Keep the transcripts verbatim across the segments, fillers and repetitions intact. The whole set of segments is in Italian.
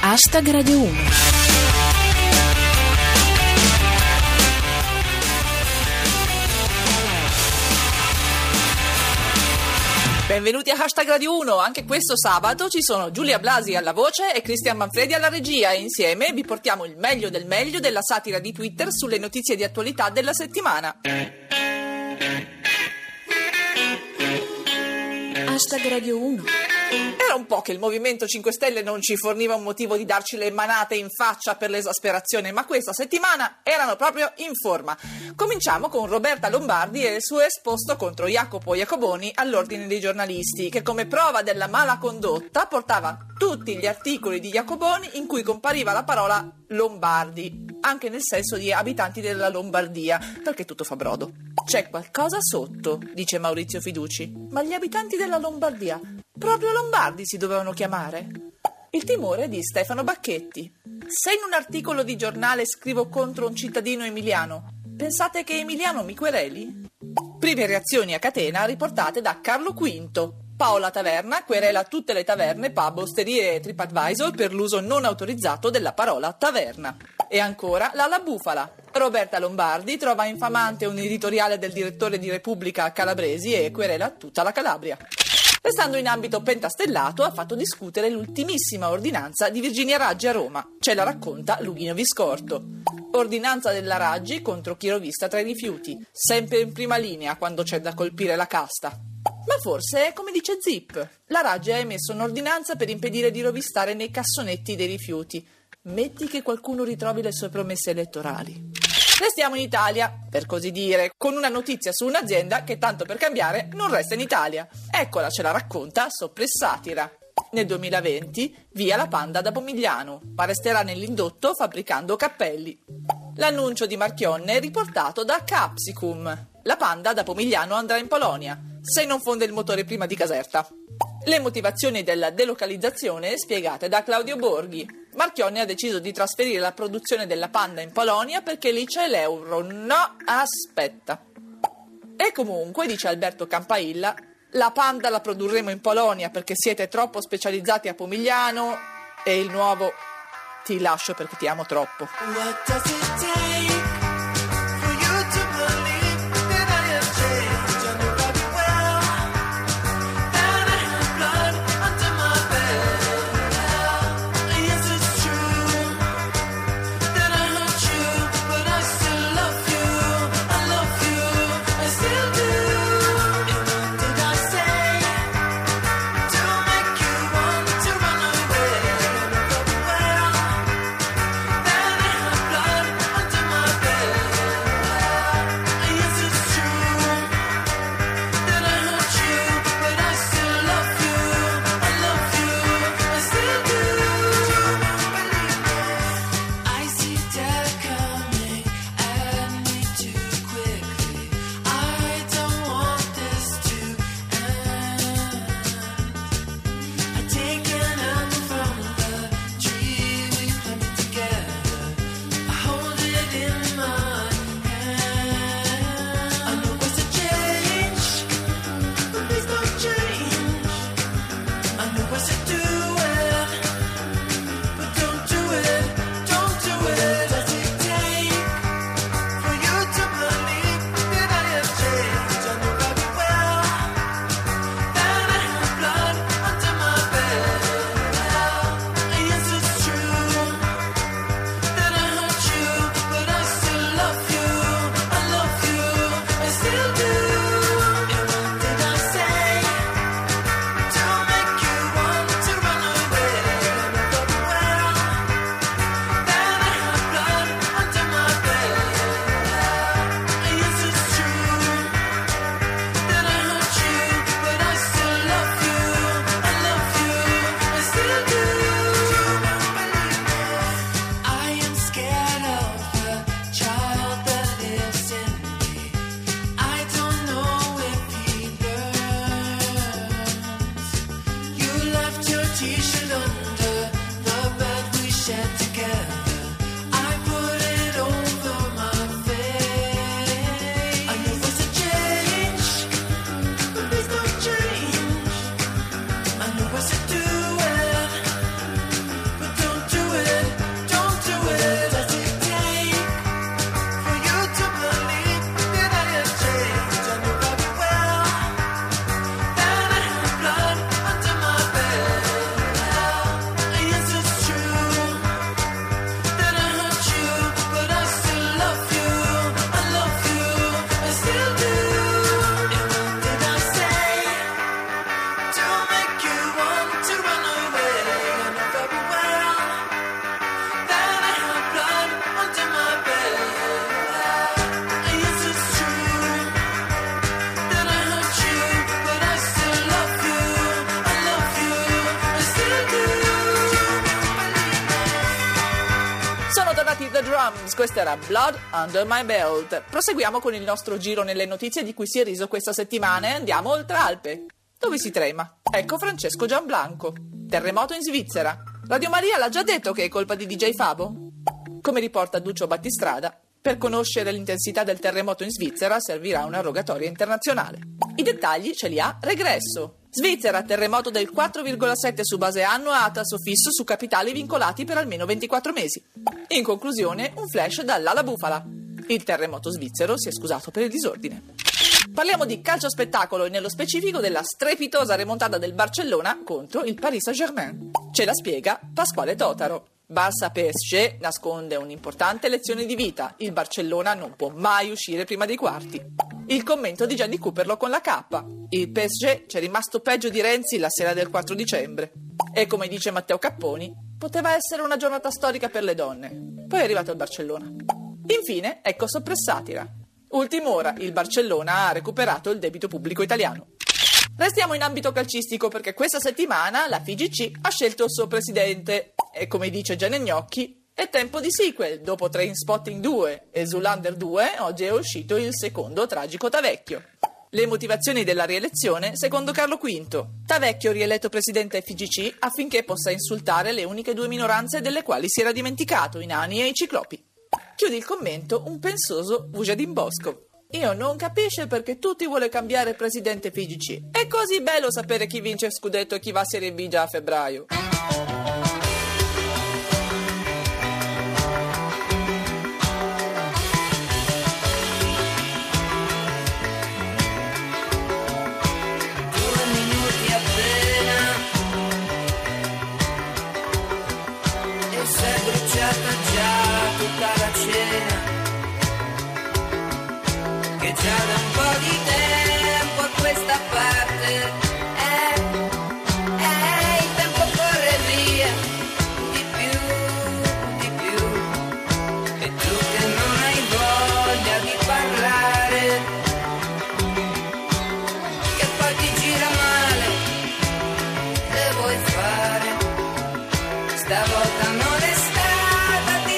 Hashtag Radio uno. Benvenuti a Hashtag Radio uno. Anche questo sabato ci sono Giulia Blasi alla voce e Cristian Manfredi alla regia e insieme vi portiamo il meglio del meglio della satira di Twitter sulle notizie di attualità della settimana. Hashtag Radio uno. Era un po' che il Movimento cinque Stelle non ci forniva un motivo di darci le manate in faccia per l'esasperazione, ma questa settimana erano proprio in forma. Cominciamo con Roberta Lombardi e il suo esposto contro Jacopo Iacoboni all'Ordine dei giornalisti, che come prova della mala condotta portava tutti gli articoli di Iacoboni in cui compariva la parola Lombardi, anche nel senso di abitanti della Lombardia, perché tutto fa brodo. C'è qualcosa sotto, dice Maurizio Fiduci, ma gli abitanti della Lombardia proprio Lombardi si dovevano chiamare? Il timore di Stefano Bacchetti. Se in un articolo di giornale scrivo contro un cittadino emiliano, pensate che Emiliano mi quereli? Prime reazioni a catena riportate da Carlo Quinto. Paola Taverna querela tutte le taverne, pub, osterie e TripAdvisor per l'uso non autorizzato della parola taverna. E ancora Lala Bufala. Roberta Lombardi trova infamante un editoriale del direttore di Repubblica Calabresi e querela tutta la Calabria. Restando in ambito pentastellato, ha fatto discutere l'ultimissima ordinanza di Virginia Raggi a Roma. Ce la racconta Lughino Viscorto. Ordinanza della Raggi contro chi rovista tra i rifiuti, sempre in prima linea quando c'è da colpire la casta. Ma forse è come dice Zip. La Raggi ha emesso un'ordinanza per impedire di rovistare nei cassonetti dei rifiuti. Metti che qualcuno ritrovi le sue promesse elettorali. Restiamo in Italia, per così dire, con una notizia su un'azienda che, tanto per cambiare, non resta in Italia. Eccola, ce la racconta Soppressatira. Nel duemilaventi, via la Panda da Pomigliano, ma resterà nell'indotto fabbricando cappelli. L'annuncio di Marchionne è riportato da Capsicum. La Panda da Pomigliano andrà in Polonia, se non fonde il motore prima di Caserta. Le motivazioni della delocalizzazione spiegate da Claudio Borghi. Marchionne ha deciso di trasferire la produzione della Panda in Polonia perché lì c'è l'euro. No, aspetta. E comunque, dice Alberto Campailla, la Panda la produrremo in Polonia perché siete troppo specializzati a Pomigliano e il nuovo ti lascio perché ti amo troppo. What does it take for you to believe that I have changed? I know very well that I have blood under my bed. Yes, it's true that I hurt you, but I still love you. I love you, I still do. And what did I say to make you want to run away? I know very well that I have blood under my bed. Yes, it's true that I hurt you, but I still love you. I love you, I still do. Believe me, I see death coming at me too quickly. I don't want this to end. I take an apple from the tree we planted together. I hold it in my hand. I know it's a change, but please don't change. I know it's a do it, but don't do it, don't do it. Does it take for you to believe that I have changed? I know very well that I have blood under my bed. Yes, it's true that I hurt you, but I still love you. I love you, I still do. And what did I say to make you want to run away? I know very well that I have blood under my bed. Yes, it's true that I hurt you, but I still love you. I love you, I still do. Believe me, I am scared of the child that lives in me. I don't know if he learns. You left your t-shirt under the bed we shared together. I put it over my face. I know it's a change, but please don't change. I know it's a do it, but don't do Drums, questa era Blood Under My Belt. Proseguiamo con il nostro giro nelle notizie di cui si è riso questa settimana e andiamo oltre Alpe. Dove si trema? Ecco Francesco Gianblanco. Terremoto in Svizzera. Radio Maria l'ha già detto che è colpa di D J Fabo? Come riporta Duccio Battistrada, per conoscere l'intensità del terremoto in Svizzera servirà una rogatoria internazionale. I dettagli ce li ha Regresso. Svizzera, terremoto del quattro virgola sette su base annua a tasso fisso su capitali vincolati per almeno ventiquattro mesi. In conclusione, un flash dall'ala bufala. Il terremoto svizzero si è scusato per il disordine. Parliamo di calcio spettacolo e nello specifico della strepitosa remontata del Barcellona contro il Paris Saint-Germain. Ce la spiega Pasquale Totaro. Barça-P S G nasconde un'importante lezione di vita. Il Barcellona non può mai uscire prima dei quarti. Il commento di Gianni Cooperlo con la K. Il P S G c'è rimasto peggio di Renzi la sera del quattro dicembre. E come dice Matteo Capponi, poteva essere una giornata storica per le donne. Poi è arrivato il Barcellona. Infine, ecco Soppressatira. Ultim'ora, il Barcellona ha recuperato il debito pubblico italiano. Restiamo in ambito calcistico perché questa settimana la F I G C ha scelto il suo presidente. E come dice Gianni Gnocchi, è tempo di sequel. Dopo Trainspotting due e Zoolander due, oggi è uscito il secondo tragico Tavecchio. Le motivazioni della rielezione, secondo Carlo V. Tavecchio rieletto presidente F I G C affinché possa insultare le uniche due minoranze delle quali si era dimenticato, i nani e i ciclopi. Chiude il commento un pensoso Vujadin Bosco. Io non capisce perché tutti vuole cambiare presidente F I G C. È così bello sapere chi vince scudetto e chi va a Serie B già a febbraio. Due minuti appena e si è bruciata già tutta la cena, che già da un po' di tempo a questa parte eh, eh, il tempo corre via di più, di più, e tu che non hai voglia di parlare, che poi ti gira male, che vuoi fare? Stavolta non è stata di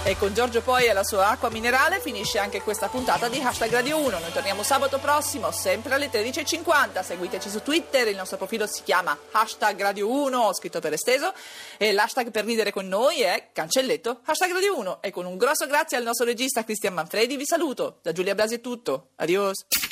E con Giorgio Poi e la sua acqua minerale finisce anche questa puntata di Hashtag Radio uno. Noi torniamo sabato prossimo, sempre alle tredici e cinquanta. Seguiteci su Twitter, il nostro profilo si chiama Hashtag Radio uno, scritto per esteso, e l'hashtag per ridere con noi è cancelletto Hashtag Radio uno. E con un grosso grazie al nostro regista Cristian Manfredi vi saluto. Da Giulia Blasi è tutto. Adios.